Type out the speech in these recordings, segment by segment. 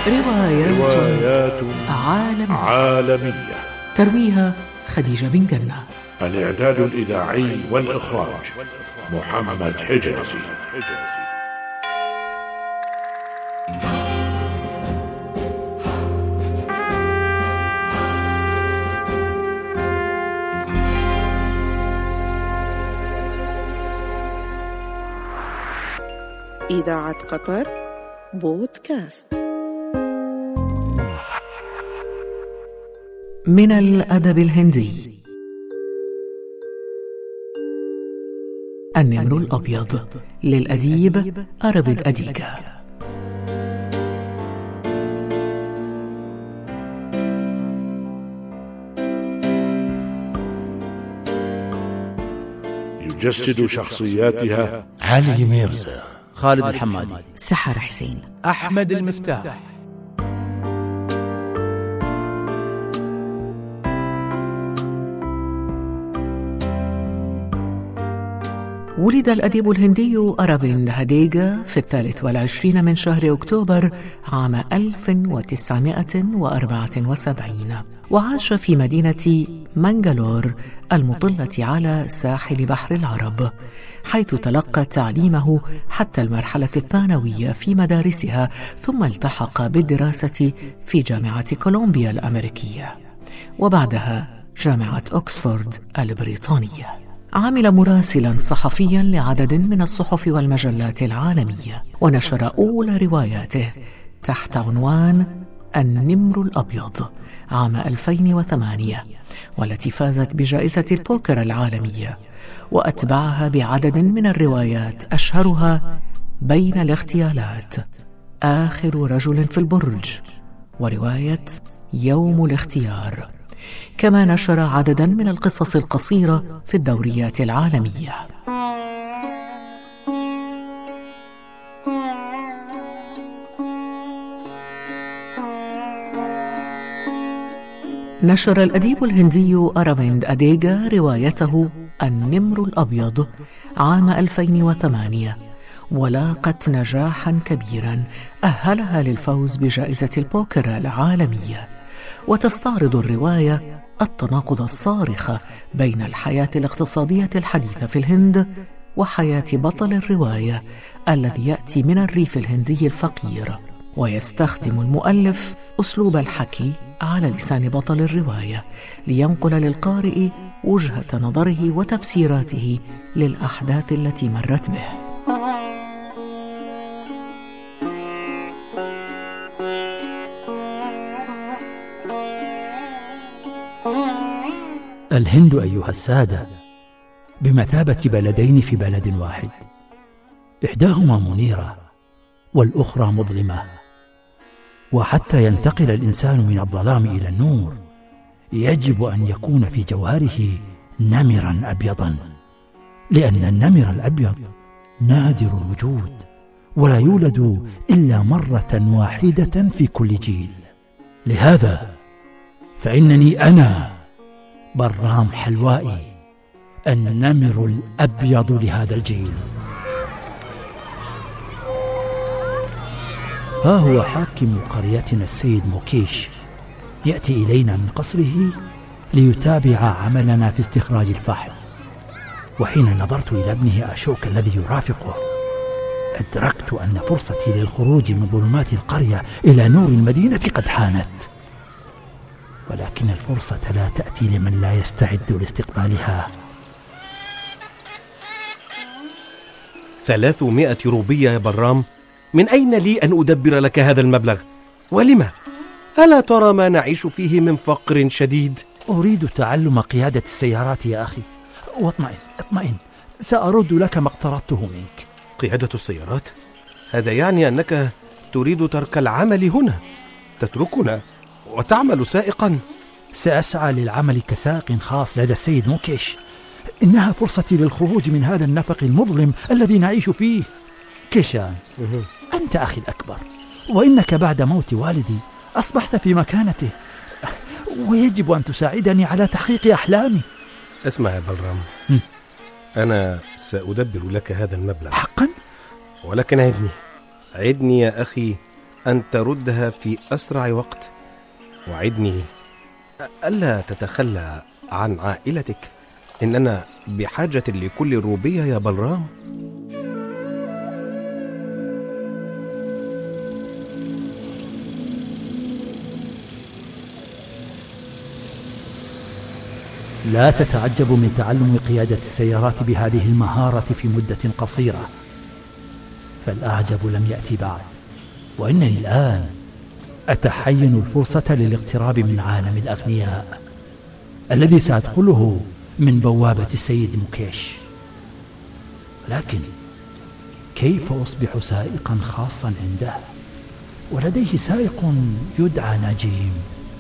روايات عالمية. ترويها خديجة بن جنة. الإعداد الإذاعي والإخراج محمد حجازي. إذاعة قطر بودكاست. من الأدب الهندي. النمر الأبيض للأديب أرافيند أديجا. يجسد شخصياتها علي ميرزا، خالد الحمادي، سحر حسين، أحمد المفتاح. ولد الأديب الهندي أرافيند أديجا في 23 من شهر أكتوبر عام 1974، وعاش في مدينة مانجالور المطلة على ساحل بحر العرب، حيث تلقى تعليمه حتى المرحلة الثانوية في مدارسها، ثم التحق بالدراسة في جامعة كولومبيا الأمريكية، وبعدها جامعة أكسفورد البريطانية. عمل مراسلاً صحفياً لعدد من الصحف والمجلات العالمية، ونشر أولى رواياته تحت عنوان النمر الأبيض عام 2008، والتي فازت بجائزة البوكر العالمية، وأتبعها بعدد من الروايات أشهرها بين الاغتيالات، آخر رجل في البرج، ورواية يوم الاختيار. كما نشر عدداً من القصص القصيرة في الدوريات العالمية. نشر الأديب الهندي أرافيند أديجا روايته النمر الأبيض عام 2008، ولاقت نجاحاً كبيراً أهلها للفوز بجائزة البوكر العالمية. وتستعرض الرواية التناقض الصارخ بين الحياة الاقتصادية الحديثة في الهند وحياة بطل الرواية الذي يأتي من الريف الهندي الفقير، ويستخدم المؤلف أسلوب الحكي على لسان بطل الرواية لينقل للقارئ وجهة نظره وتفسيراته للأحداث التي مرت به. الهند أيها السادة بمثابة بلدين في بلد واحد، إحداهما منيرة والأخرى مظلمة، وحتى ينتقل الإنسان من الظلام إلى النور يجب أن يكون في جوهره نمرا أبيضا، لأن النمر الأبيض نادر الوجود ولا يولد إلا مرة واحدة في كل جيل. لهذا فإنني أنا برام حلوائي النمر الأبيض لهذا الجيل. ها هو حاكم قريتنا السيد موكيش يأتي إلينا من قصره ليتابع عملنا في استخراج الفحم، وحين نظرت إلى ابنه أشوك الذي يرافقه أدركت أن فرصتي للخروج من ظلمات القرية إلى نور المدينة قد حانت، ولكن الفرصة لا تأتي لمن لا يستعد لاستقبالها. 300 روبية يا برام، من أين لي أن أدبر لك هذا المبلغ؟ ولما؟ ألا ترى ما نعيش فيه من فقر شديد؟ أريد تعلم قيادة السيارات يا أخي، واطمئن سأرد لك ما اقترضته منك. قيادة السيارات؟ هذا يعني أنك تريد ترك العمل هنا، تتركنا وتعمل سائقا؟ سأسعى للعمل كسائق خاص لدى السيد موكيش، إنها فرصتي للخروج من هذا النفق المظلم الذي نعيش فيه. كيشان، أنت أخي الأكبر، وإنك بعد موت والدي أصبحت في مكانته، ويجب أن تساعدني على تحقيق أحلامي. اسمع يا بلرام، أنا سأدبر لك هذا المبلغ حقا، ولكن عدني يا أخي أن تردها في أسرع وقت. وعدني ألا تتخلى عن عائلتك، إننا بحاجة لكل روبية يا بلرام. لا تتعجب من تعلم قيادة السيارات بهذه المهارة في مدة قصيرة، فالأعجب لم يأتي بعد، وإنني الآن أتحين الفرصة للاقتراب من عالم الأغنياء الذي سأدخله من بوابة السيد موكيش. لكن كيف أصبح سائقا خاصا عنده ولديه سائق يدعى نجيم؟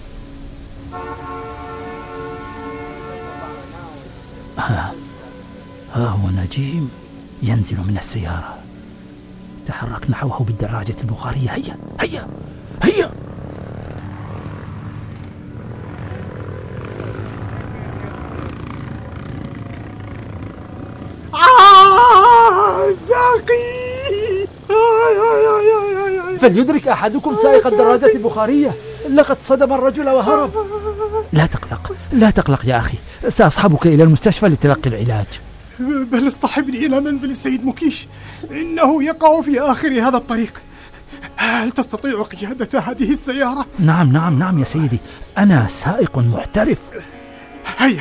ها هو نجيم ينزل من السيارة. تحرك نحوه بالدراجة البخارية. هيا هيا هيا. ساقي! فليدرك أحدكم سائق الدراجة البخارية، لقد صدم الرجل وهرب. لا تقلق يا أخي، سأصحبك إلى المستشفى لتلقي العلاج. بل اصطحبني إلى منزل السيد موكيش، إنه يقع في آخر هذا الطريق. هل تستطيع قيادة هذه السيارة؟ نعم يا سيدي، أنا سائق محترف. هيا.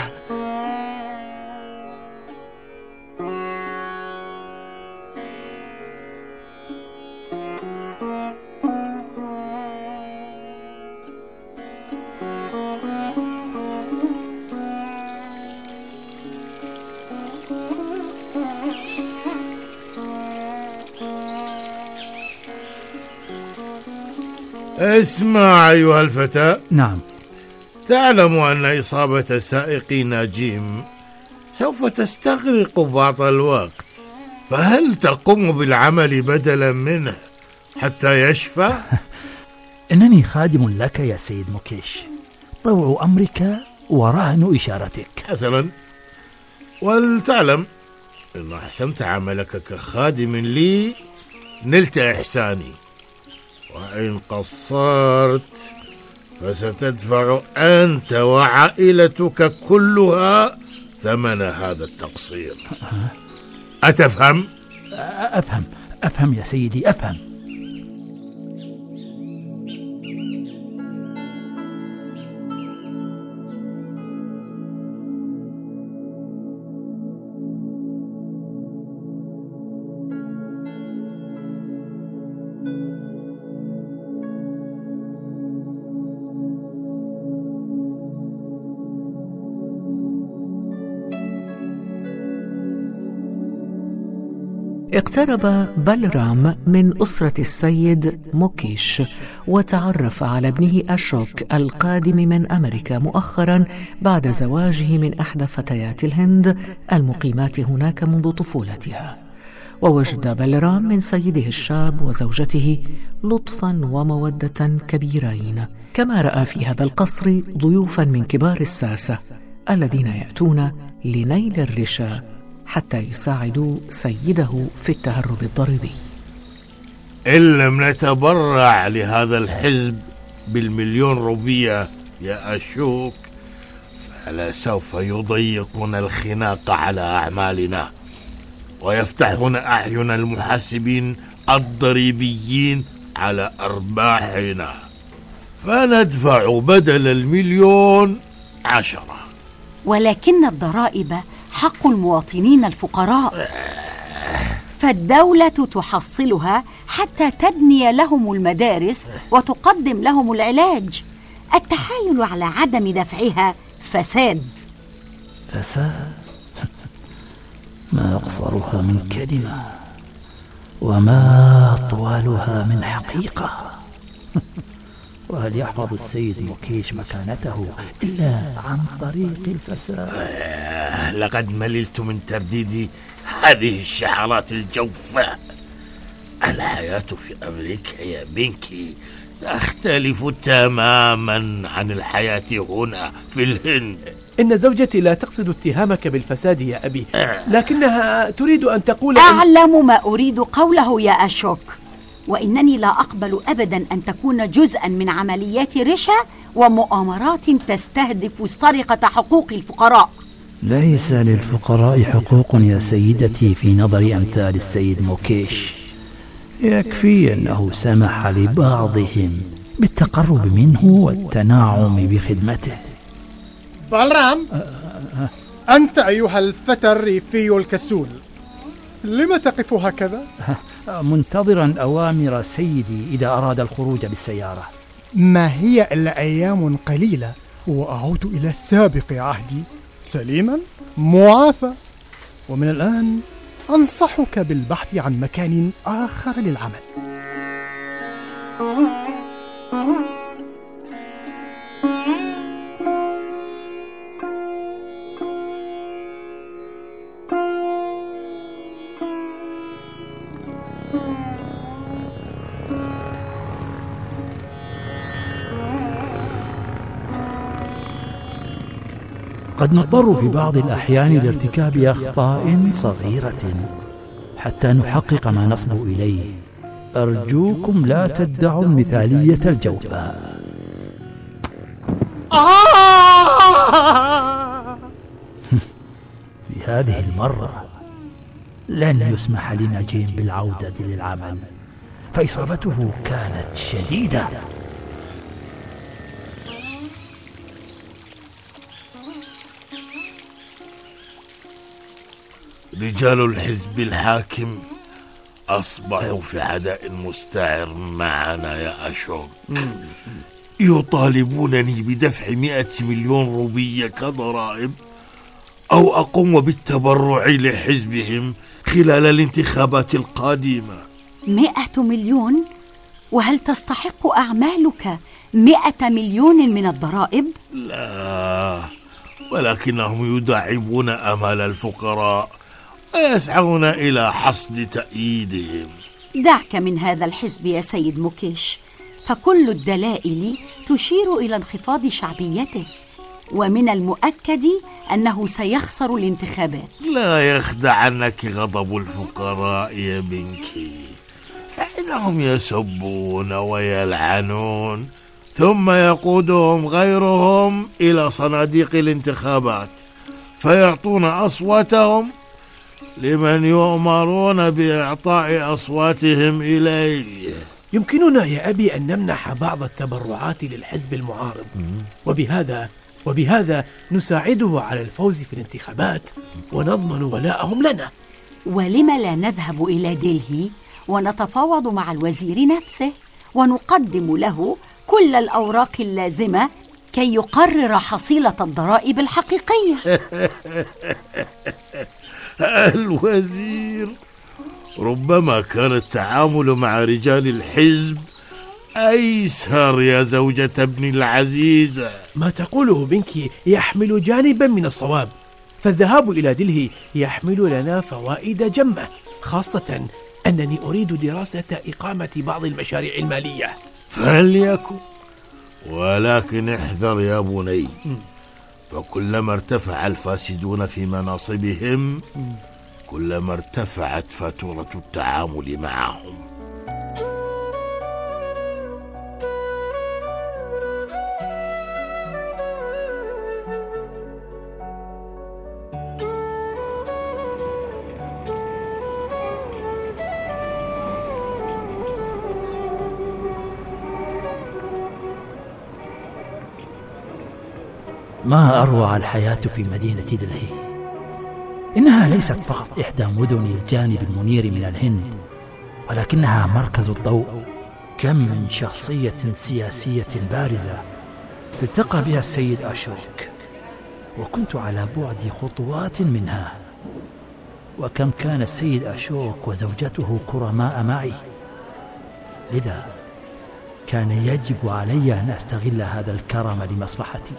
اسمع أيها الفتى. نعم. تعلم أن إصابة سائق نجيم سوف تستغرق بعض الوقت، فهل تقوم بالعمل بدلا منه حتى يشفى؟ إنني خادم لك يا سيد موكيش، طوع أمرك ورهن إشارتك. حسنا، ولتعلم إن أحسنت عملك كخادم لي نلت إحساني، وإن قصرت فستدفع أنت وعائلتك كلها ثمن هذا التقصير. أتفهم؟ أفهم يا سيدي، أفهم. اقترب بلرام من أسرة السيد موكيش، وتعرف على ابنه أشوك القادم من أمريكا مؤخرا بعد زواجه من إحدى فتيات الهند المقيمات هناك منذ طفولتها. ووجد بلرام من سيده الشاب وزوجته لطفا ومودة كبيرين، كما رأى في هذا القصر ضيوفا من كبار الساسة الذين يأتون لنيل الرشا حتى يساعدوا سيده في التهرب الضريبي. إن لم نتبرع لهذا الحزب بالمليون روبية يا أشوك فلا سوف يضيقون الخناق على أعمالنا، ويفتحون أعين المحاسبين الضريبيين على أرباحنا، فندفع بدل المليون 10. ولكن الضرائب حق المواطنين الفقراء، فالدولة تحصلها حتى تبني لهم المدارس وتقدم لهم العلاج. التحايل على عدم دفعها فساد. ما أقصرها من كلمة وما طوالها من حقيقة. وهل يحفظ السيد موكيش مكانته إلا عن طريق الفساد؟ لقد مللت من ترديد هذه الشعارات الجوفاء. الحياة في أمريكا يا بنكي تختلف تماما عن الحياة هنا في الهند. إن زوجتي لا تقصد اتهامك بالفساد يا أبي، لكنها تريد أن تقول أعلم ما أريد قوله يا أشوك. وإنني لا أقبل أبدا أن تكون جزءا من عمليات رشا ومؤامرات تستهدف سرقة حقوق الفقراء. ليس للفقراء حقوق يا سيدتي في نظر أمثال السيد موكيش. يكفي أنه سمح لبعضهم بالتقرب منه والتناعم بخدمته. بالرام، أنت أيها الفتى الريفي الكسول، لم تقف هكذا؟ منتظرا أوامر سيدي إذا أراد الخروج بالسيارة. ما هي إلا أيام قليلة وأعود إلى سابق عهدي سليما معافى، ومن الآن أنصحك بالبحث عن مكان آخر للعمل. قد نضطر في بعض الأحيان لارتكاب أخطاء صغيرة حتى نحقق ما نصبو إليه. أرجوكم لا تدعوا المثالية الجوفاء. في هذه المرة لن يسمح لنجيم بالعودة للعمل، فإصابته كانت شديدة. رجال الحزب الحاكم أصبحوا في عداء مستعر معنا يا أشوك. يطالبونني بدفع 100 مليون روبية كضرائب أو أقوم بالتبرع لحزبهم خلال الانتخابات القادمة. 100 مليون؟ وهل تستحق أعمالك 100 مليون من الضرائب؟ لا، ولكنهم يداعبون أمال الفقراء ويسعون إلى حصد تأييدهم. دعك من هذا الحزب يا سيد موكيش، فكل الدلائل تشير إلى انخفاض شعبيته، ومن المؤكد أنه سيخسر الانتخابات. لا يخدعنك غضب الفقراء يا بنكي، فإنهم يسبون ويلعنون ثم يقودهم غيرهم إلى صناديق الانتخابات فيعطون أصواتهم لمن يؤمرون بإعطاء أصواتهم إليه. يمكننا يا أبي أن نمنح بعض التبرعات للحزب المعارض، وبهذا نساعده على الفوز في الانتخابات ونضمن ولاءهم لنا. ولم لا نذهب إلى دلهي ونتفاوض مع الوزير نفسه ونقدم له كل الأوراق اللازمة كي يقرر حصيلة الضرائب الحقيقية؟ الوزير ربما كان التعامل مع رجال الحزب أيسر يا زوجة ابني العزيزة. ما تقوله بنكي يحمل جانبا من الصواب، فالذهاب إلى دلهي يحمل لنا فوائد جمة، خاصة أنني أريد دراسة إقامة بعض المشاريع المالية. فليكن، ولكن احذر يا بني، فكلما ارتفع الفاسدون في مناصبهم كلما ارتفعت فاتورة التعامل معهم. ما أروع الحياة في مدينة دلهي. إنها ليست فقط إحدى مدن الجانب المنير من الهند، ولكنها مركز الضوء. كم من شخصية سياسية بارزة التقى بها السيد أشوك، وكنت على بعد خطوات منها. وكم كان السيد أشوك وزوجته كرماء معي، لذا كان يجب علي أن أستغل هذا الكرم لمصلحتي.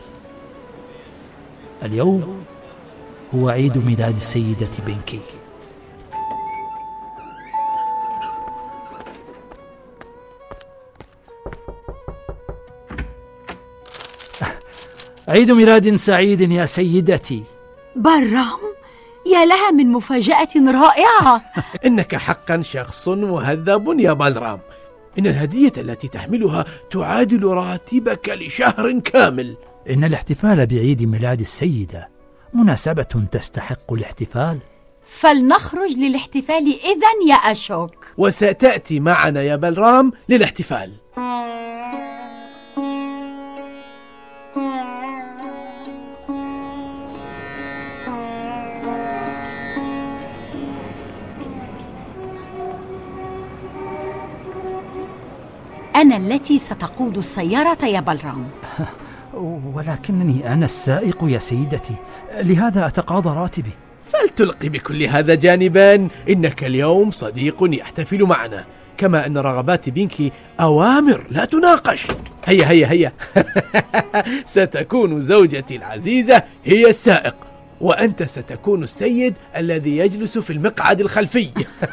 اليوم هو عيد ميلاد السيدة بنكي. عيد ميلاد سعيد يا سيدتي. برام، يا لها من مفاجأة رائعة. إنك حقا شخص مهذب يا بالرام. إن الهدية التي تحملها تعادل راتبك لشهر كامل. إن الاحتفال بعيد ميلاد السيدة مناسبة تستحق الاحتفال. فلنخرج للاحتفال إذن يا أشوك. وستأتي معنا يا بالرام للاحتفال. أنا التي ستقود السيارة يا بالرام. ولكنني أنا السائق يا سيدتي، لهذا أتقاضى راتبي. فلتلقي بكل هذا جانبا. إنك اليوم صديق يحتفل معنا، كما أن رغبات بنكي أوامر لا تناقش. هيا هيا هيا. ستكون زوجتي العزيزة هي السائق، وأنت ستكون السيد الذي يجلس في المقعد الخلفي.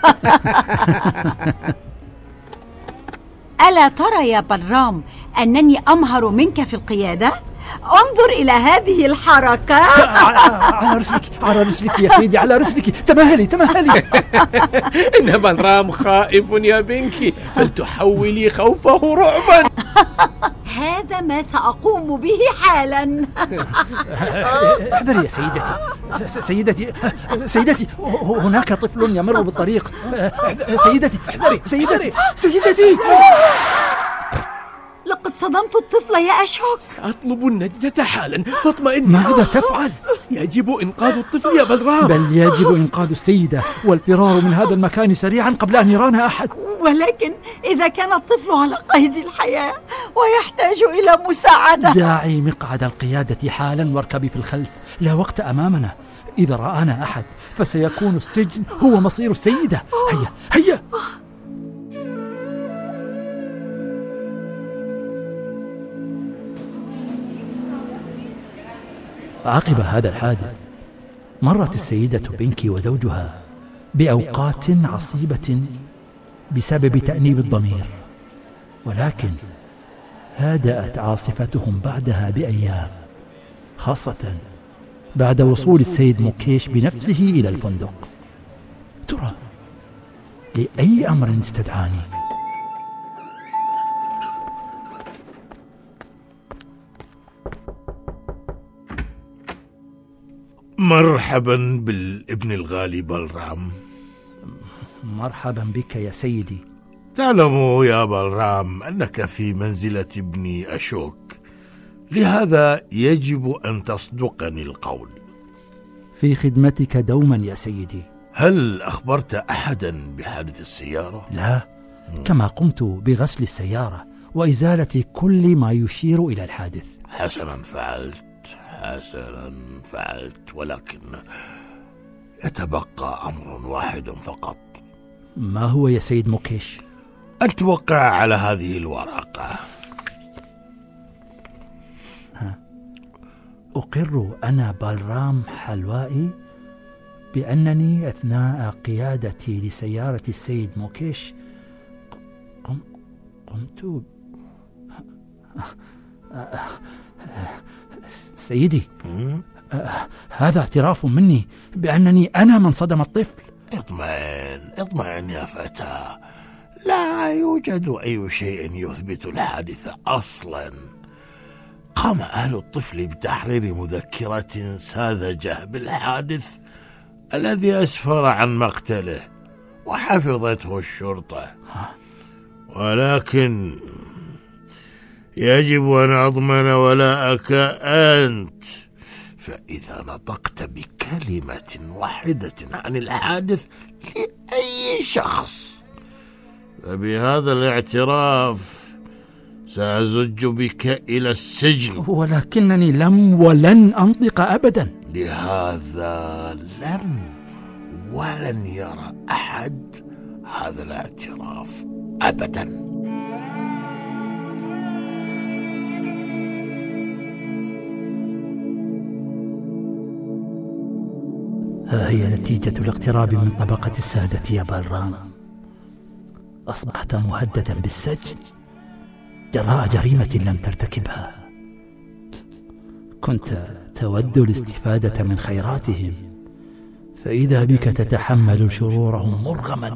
ألا ترى يا بالرام أنني أمهر منك في القيادة؟ انظر إلى هذه الحركة. على رسلك يا سيدي، على رسلك. تمهلي. إن بالرام خائف يا بنكي، فلتحولي خوفه رعبا. هذا ما سأقوم به حالا. احذري يا سيدتي. هناك طفل يمر بالطريق. سيدتي. لقد صدمت الطفل يا أشوك. سأطلب النجدة حالا، فاطمئن. ماذا تفعل؟ يجب إنقاذ الطفل يا بالرام. بل يجب إنقاذ السيدة والفرار من هذا المكان سريعا قبل أن يرانا أحد. ولكن إذا كان الطفل على قيد الحياة ويحتاج إلى مساعدة. داعي مقعد القيادة حالا واركبي في الخلف، لا وقت أمامنا. إذا رآنا أحد فسيكون السجن هو مصير السيدة. هيا. عقب هذا الحادث مرت السيدة بنكي وزوجها بأوقات عصيبة بسبب تأنيب الضمير، ولكن هدأت عاصفتهم بعدها بأيام، خاصة بعد وصول السيد موكيش بنفسه إلى الفندق. ترى لأي أمر استدعاني؟ مرحبا بالابن الغالي بالرام. مرحبا بك يا سيدي. تعلم يا بالرام أنك في منزلة ابني أشوك، لهذا يجب أن تصدقني القول. في خدمتك دوما يا سيدي. هل أخبرت أحدا بحادث السيارة؟ لا، كما قمت بغسل السيارة وإزالة كل ما يشير إلى الحادث. حسنا فعلت، ولكن يتبقى أمر واحد فقط. ما هو يا سيد موكيش؟ أن توقع على هذه الورقة. أقر أنا بالرام حلوائي بأنني أثناء قيادتي لسيارة السيد موكيش قمت سيدي، هذا اعتراف مني بأنني أنا من صدم الطفل. اطمئن يا فتى، لا يوجد أي شيء يثبت الحادث أصلا. قام أهل الطفل بتحرير مذكرة ساذجة بالحادث الذي أسفر عن مقتله وحفظته الشرطة، ولكن يجب أن أضمن ولاءك أنت، فإذا نطقت بكلمة واحدة عن الحادث لأي شخص فبهذا الاعتراف سأزج بك إلى السجن. ولكنني لم ولن أنطق أبدا. لهذا ولن يرى أحد هذا الاعتراف أبدا. ها هي نتيجة الاقتراب من طبقة السادة يا بالرام. أصبحت مهددا بالسجن جراء جريمة لم ترتكبها. كنت تود الاستفادة من خيراتهم، فإذا بك تتحمل شرورهم مرغما.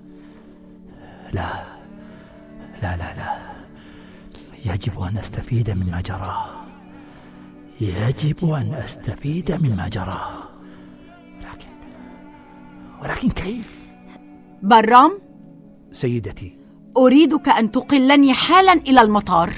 لا لا لا لا، يجب أن أستفيد مما جرى، يجب أن أستفيد مما جرى. ولكن كيف؟ برام، سيدتي، أريدك أن تقلني حالا إلى المطار.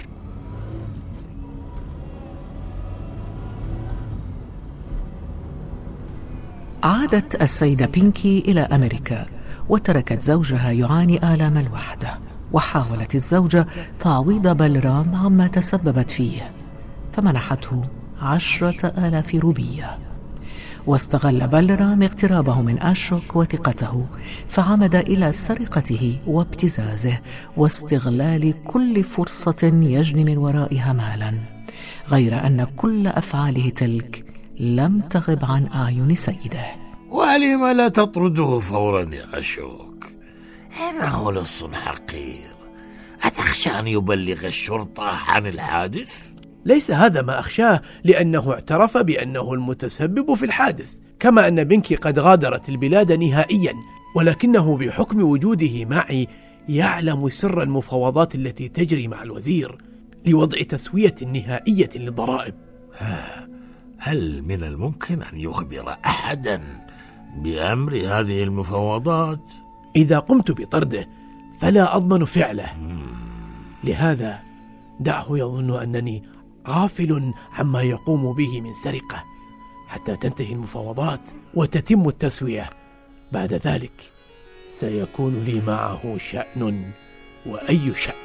عادت السيدة بينكي إلى أمريكا وتركت زوجها يعاني آلام الوحدة، وحاولت الزوجة تعويض بلرام عما تسببت فيه، فمنحته 10,000 روبية. واستغل بلرام اقترابه من أشوك وثقته، فعمد إلى سرقته وابتزازه واستغلال كل فرصة يجني من ورائها مالا، غير أن كل أفعاله تلك لم تغب عن أعين سيده. ولم لا تطرده فورا يا أشوك؟ إنه لص حقير. أتخشى أن يبلغ الشرطة عن الحادث؟ ليس هذا ما أخشاه، لأنه اعترف بأنه المتسبب في الحادث، كما أن بنكي قد غادرت البلاد نهائيا، ولكنه بحكم وجوده معي يعلم سر المفاوضات التي تجري مع الوزير لوضع تسوية نهائية للضرائب. هل من الممكن أن يخبر أحدا بأمر هذه المفاوضات؟ إذا قمت بطرده فلا أضمن فعله، لهذا دعه يظن أنني غافل عما يقوم به من سرقة حتى تنتهي المفاوضات وتتم التسوية. بعد ذلك سيكون لي معه شأن وأي شأن.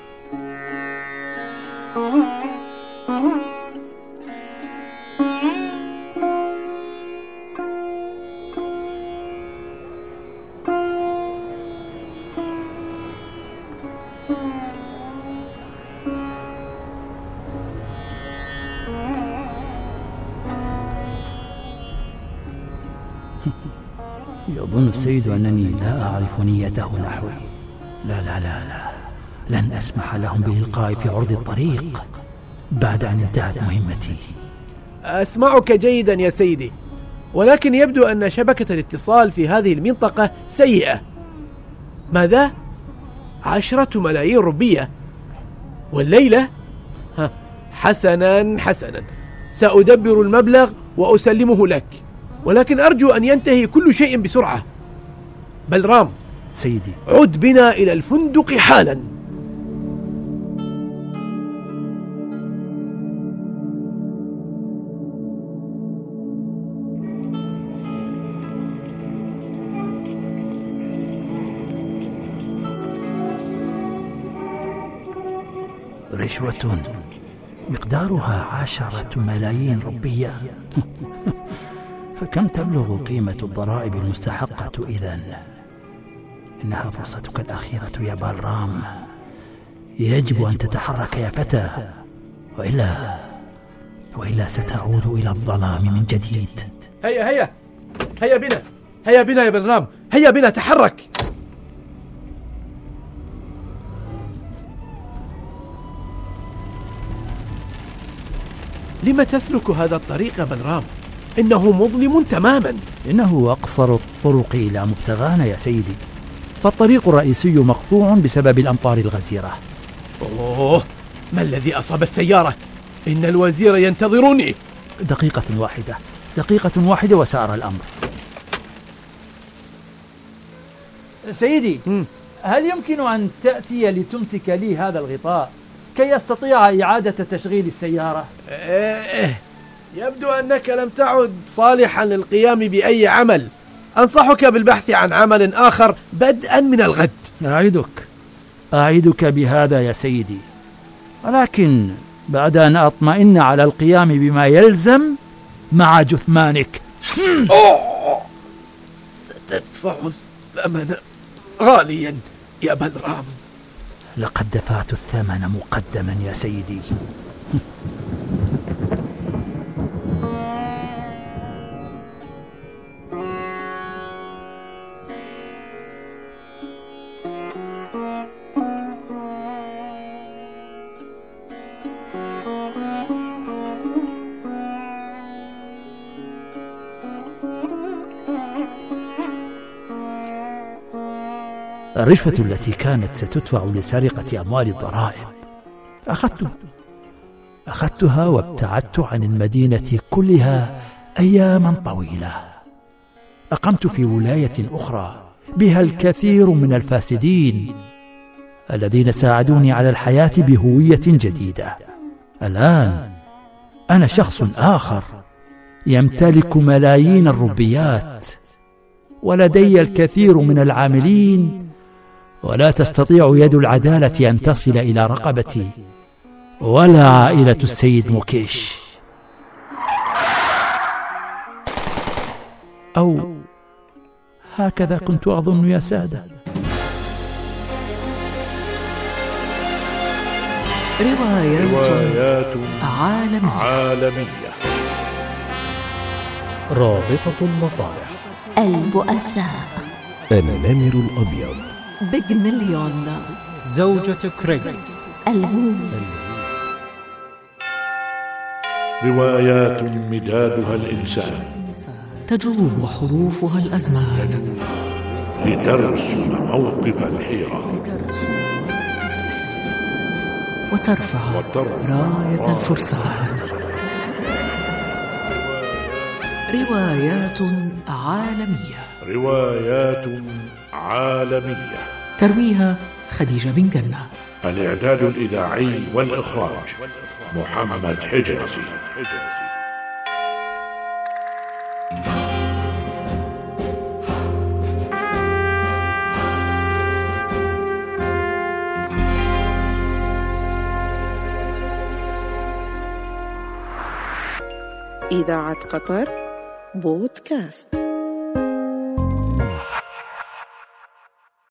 يظن السيد أنني لا أعرف نيته نحوي. لا لا لا لا، لن أسمح لهم بإلقائي في عرض الطريق بعد أن انتهت مهمتي. أسمعك جيدا يا سيدي، ولكن يبدو أن شبكة الاتصال في هذه المنطقة سيئة. ماذا؟ 10 ملايين روبية والليلة؟ حسنا حسنا، سأدبر المبلغ وأسلمه لك، ولكن أرجو أن ينتهي كل شيء بسرعة. بلرام سيدي، عد بنا إلى الفندق حالا. رشوة مقدارها 10 ملايين روبية. فكم تبلغ قيمة الضرائب المستحقة إذن؟ إنها فرصتك الأخيرة يا بلرام، يجب أن تتحرك يا فتى، وإلا ستعود إلى الظلام من جديد. هيا بنا يا بلرام، هيا بنا، تحرك. لم تسلك هذا الطريق بلرام؟ إنه مظلم تماما. إنه أقصر الطرق إلى مبتغانا يا سيدي، فالطريق الرئيسي مقطوع بسبب الأمطار الغزيرة. أوه، ما الذي أصاب السيارة؟ إن الوزير ينتظرني. دقيقة واحدة وسار الأمر. سيدي، هل يمكن أن تأتي لتمسك لي هذا الغطاء كي يستطيع إعادة تشغيل السيارة؟ يبدو أنك لم تعد صالحا للقيام بأي عمل. أنصحك بالبحث عن عمل آخر بدءا من الغد. أعدك بهذا يا سيدي، ولكن بعد أن أطمئن على القيام بما يلزم مع جثمانك. ستدفع الثمن غاليا يا بلرام. لقد دفعت الثمن مقدما يا سيدي. الرشوة التي كانت ستدفع لسرقة أموال الضرائب أخذتها وابتعدت عن المدينة كلها أياما طويلة. أقمت في ولاية أخرى بها الكثير من الفاسدين الذين ساعدوني على الحياة بهوية جديدة. الآن أنا شخص آخر يمتلك ملايين الروبيات، ولدي الكثير من العاملين، ولا تستطيع يد العدالة أن تصل إلى رقبتي ولا عائلة السيد موكيش. أو هكذا كنت أظن يا سادة. روايات عالمية. رابطة المصالح، البؤساء، النمر الأبيض، بيج مليون، زوجة كريغ، الهوم. روايات مدادها الإنسان، تجوب حروفها الأزمان لترسم موقف الحيرة وترفع راية الفرسان. روايات عالمية. ترويها خديجة بن جنة. الإعداد الإذاعي والإخراج محمد حجازي. إذاعة قطر بودكاست.